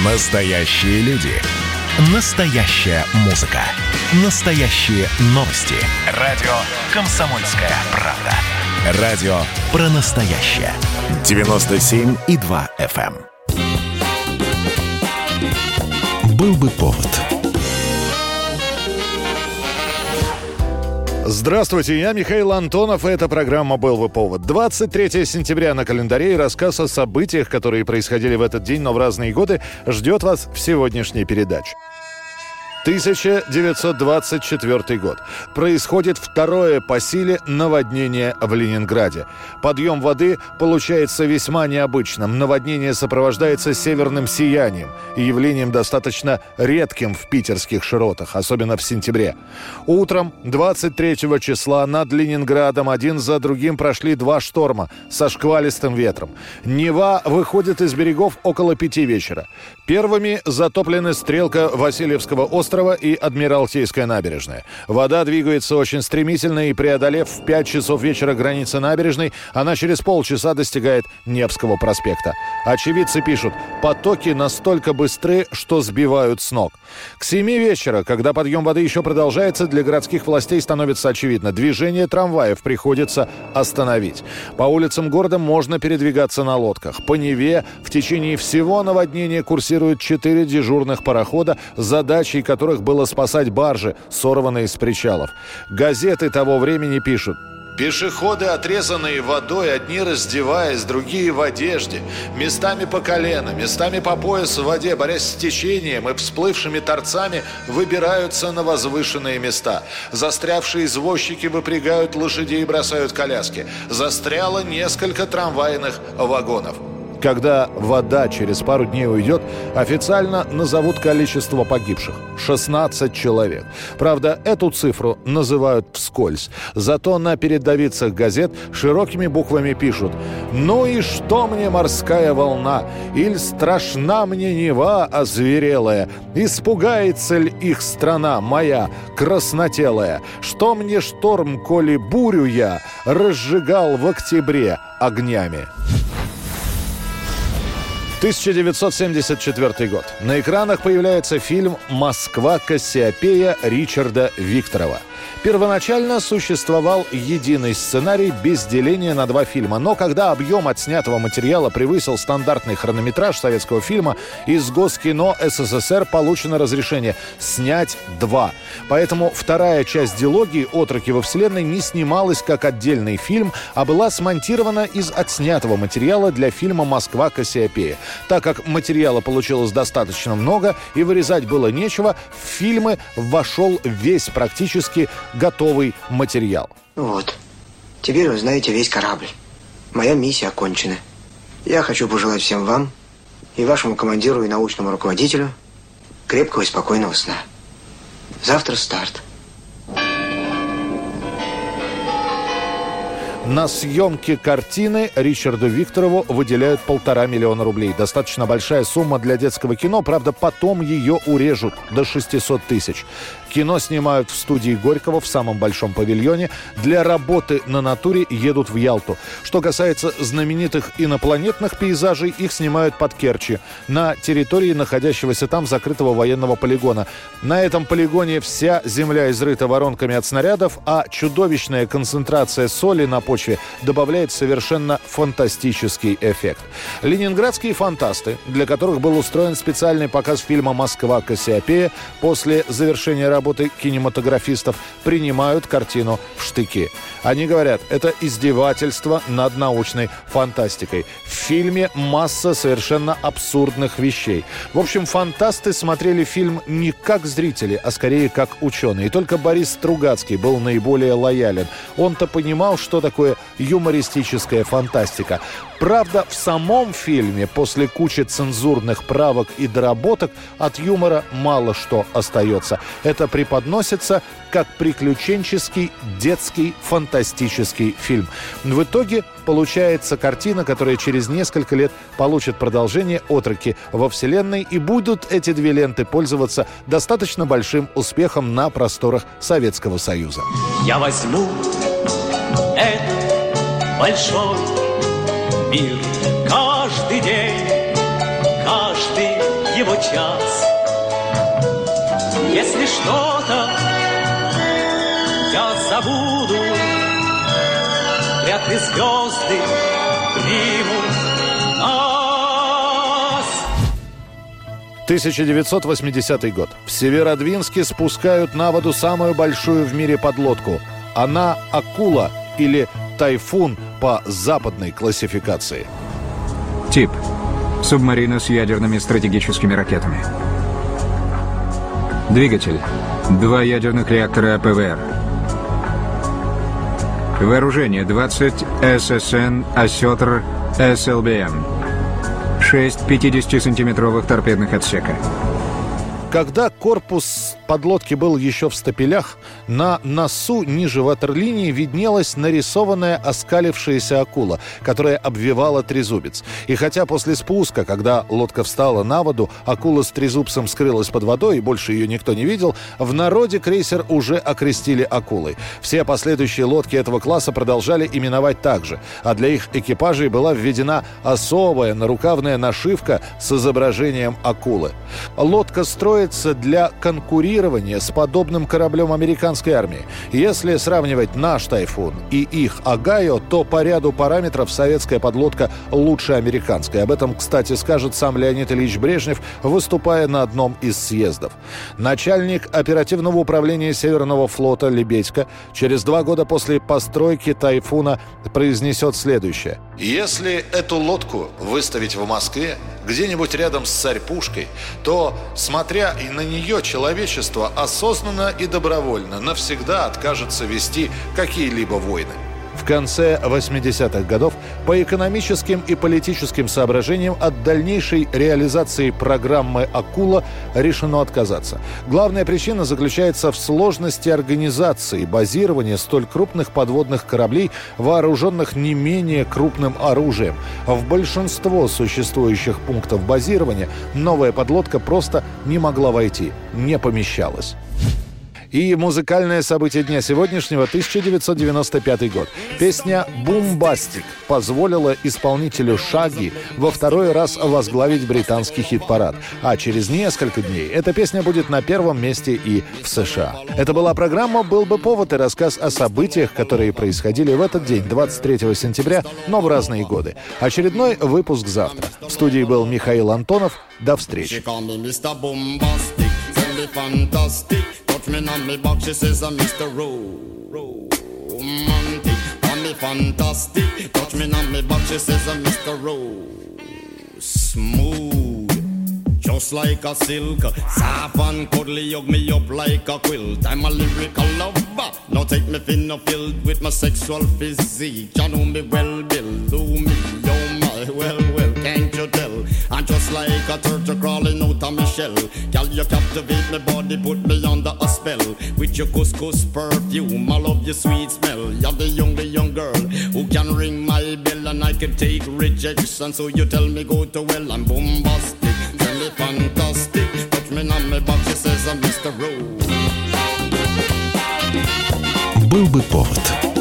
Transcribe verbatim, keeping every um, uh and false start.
Настоящие люди. Настоящая музыка. Настоящие новости. Радио «Комсомольская правда». Радио про настоящее. девяносто семь и два эф эм. Был бы повод. Здравствуйте, я Михаил Антонов, и эта программа «Был бы повод». двадцать третьего сентября на календаре, и рассказ о событиях, которые происходили в этот день, но в разные годы, ждет вас в сегодняшней передаче. тысяча девятьсот двадцать четвёртый год. Происходит второе по силе наводнение в Ленинграде. Подъем воды получается весьма необычным. Наводнение сопровождается северным сиянием и явлением достаточно редким в питерских широтах, особенно в сентябре. Утром двадцать третьего числа над Ленинградом один за другим прошли два шторма со шквалистым ветром. Нева выходит из берегов около пяти вечера. Первыми затоплены Стрелка Васильевского острова и Адмиралтейская набережная. Вода двигается очень стремительно, и, преодолев в пять часов вечера границы набережной, она через полчаса достигает Невского проспекта. Очевидцы пишут: потоки настолько быстры, что сбивают с ног. К семи вечера, когда подъем воды еще продолжается, для городских властей становится очевидно: движение трамваев приходится остановить. По улицам города можно передвигаться на лодках. По Неве в течение всего наводнения курсируют четыре дежурных парохода, задачей которых которых было спасать баржи, сорванные с причалов. Газеты того времени пишут: пешеходы, отрезанные водой, одни раздеваясь, другие в одежде, местами по колено, местами по пояс в воде, борясь с течением и всплывшими торцами, выбираются на возвышенные места. Застрявшие извозчики выпрягают лошадей и бросают коляски. Застряло несколько трамвайных вагонов. Когда вода через пару дней уйдет, официально назовут количество погибших – шестнадцать человек. Правда, эту цифру называют вскользь. Зато на передовицах газет широкими буквами пишут: «Ну и что мне морская волна? Иль страшна мне Нева озверелая? Испугается ль их страна моя краснотелая? Что мне шторм, коли бурю я разжигал в октябре огнями?» тысяча девятьсот семьдесят четвёртый год. На экранах появляется фильм «Москва. Кассиопея» Ричарда Викторова. Первоначально существовал единый сценарий без деления на два фильма, но когда объем отснятого материала превысил стандартный хронометраж советского фильма, из Госкино эс эс эс эр получено разрешение снять два. Поэтому вторая часть дилогии «Отроки во вселенной» не снималась как отдельный фильм, а была смонтирована из отснятого материала для фильма «Москва. Кассиопея». Так как материала получилось достаточно много и вырезать было нечего, в фильмы вошел весь практически готовый материал. Вот. Теперь вы знаете весь корабль. Моя миссия окончена. Я хочу пожелать всем вам, и вашему командиру, и научному руководителю, крепкого и спокойного сна. Завтра старт. На съемки картины Ричарду Викторову выделяют полтора миллиона рублей. Достаточно большая сумма для детского кино, правда, потом ее урежут до шестисот тысяч. Кино снимают в студии Горького в самом большом павильоне. Для работы на натуре едут в Ялту. Что касается знаменитых инопланетных пейзажей, их снимают под Керчью, на территории находящегося там закрытого военного полигона. На этом полигоне вся земля изрыта воронками от снарядов, а чудовищная концентрация соли на почве добавляет совершенно фантастический эффект. Ленинградские фантасты, для которых был устроен специальный показ фильма «Москва. Кассиопея», после завершения работы кинематографистов принимают картину в штыки. Они говорят, это издевательство над научной фантастикой. В фильме масса совершенно абсурдных вещей. В общем, фантасты смотрели фильм не как зрители, а скорее как ученые. И только Борис Стругацкий был наиболее лоялен. Он-то понимал, что такое юмористическая фантастика. Правда, в самом фильме после кучи цензурных правок и доработок от юмора мало что остается. Это преподносится как приключенческий, детский, фантастический фильм. В итоге получается картина, которая через несколько лет получит продолжение «Отроки во вселенной», и будут эти две ленты пользоваться достаточно большим успехом на просторах Советского Союза. Я возьму этот большой мир каждый день, каждый его час. Если что-то я забуду, вряд ли звезды примут нас. тысяча девятьсот восьмидесятый год. В Северодвинске спускают на воду самую большую в мире подлодку. Она «Акула» или «Тайфун» по западной классификации. Тип. Субмарина с ядерными стратегическими ракетами. Двигатель. Два ядерных реактора ПВР. Вооружение двадцать эс эс эн «Осетр» эс эл би эм. Шесть пятидесятисантиметровых торпедных отсека. Когда корпус подлодки был еще в стапелях, на носу ниже ватерлинии виднелась нарисованная оскалившаяся акула, которая обвивала трезубец. И хотя после спуска, когда лодка встала на воду, акула с трезубцем скрылась под водой и больше ее никто не видел, в народе крейсер уже окрестили акулой. Все последующие лодки этого класса продолжали именовать так же, а для их экипажей была введена особая нарукавная нашивка с изображением акулы. Лодка строится для конкурирования с подобным кораблем американской армии. Если сравнивать наш «Тайфун» и их «Огайо», то по ряду параметров советская подлодка лучше американской. Об этом, кстати, скажет сам Леонид Ильич Брежнев, выступая на одном из съездов. Начальник оперативного управления Северного флота Лебедько через два года после постройки «Тайфуна» произнесет следующее. «Если эту лодку выставить в Москве, где-нибудь рядом с Царь-Пушкой, то, смотря и на нее, человечество осознанно и добровольно навсегда откажется вести какие-либо войны». В конце восьмидесятых годов по экономическим и политическим соображениям от дальнейшей реализации программы «Акула» решено отказаться. Главная причина заключается в сложности организации базирования столь крупных подводных кораблей, вооруженных не менее крупным оружием. В большинство существующих пунктов базирования новая подлодка просто не могла войти, не помещалась. И музыкальное событие дня сегодняшнего — тысяча девятьсот девяносто пятый год. Песня «Бумбастик» позволила исполнителю Шаги во второй раз возглавить британский хит-парад. А через несколько дней эта песня будет на первом месте и в США. Это была программа «Был бы повод» и рассказ о событиях, которые происходили в этот день, двадцать третьего сентября, но в разные годы. Очередной выпуск завтра. В студии был Михаил Антонов. До встречи. Touch me on me box, she says I'm Mister Romantic. Call me fantastic. Touch me on me box, she says I'm Mister Smooth, just like a silk. Soft and cuddly, hug me up like a quilt. I'm a lyrical lover. Now take me thin or filled with my sexual physique. You know me well, Bill. Do me, oh my, well, well, can't you tell? I'm just like a turtle crawling out of my shell. Girl, you captivate my body, put me under a spell. With your couscous perfume, I love your sweet smell. You're the young, the young girl who can ring my bell, and I can take rejection. So you tell me go to well, I'm bombastic, tell me fantastic. Touch me on my back, she says I'm Mister Rowe. Был бы повод.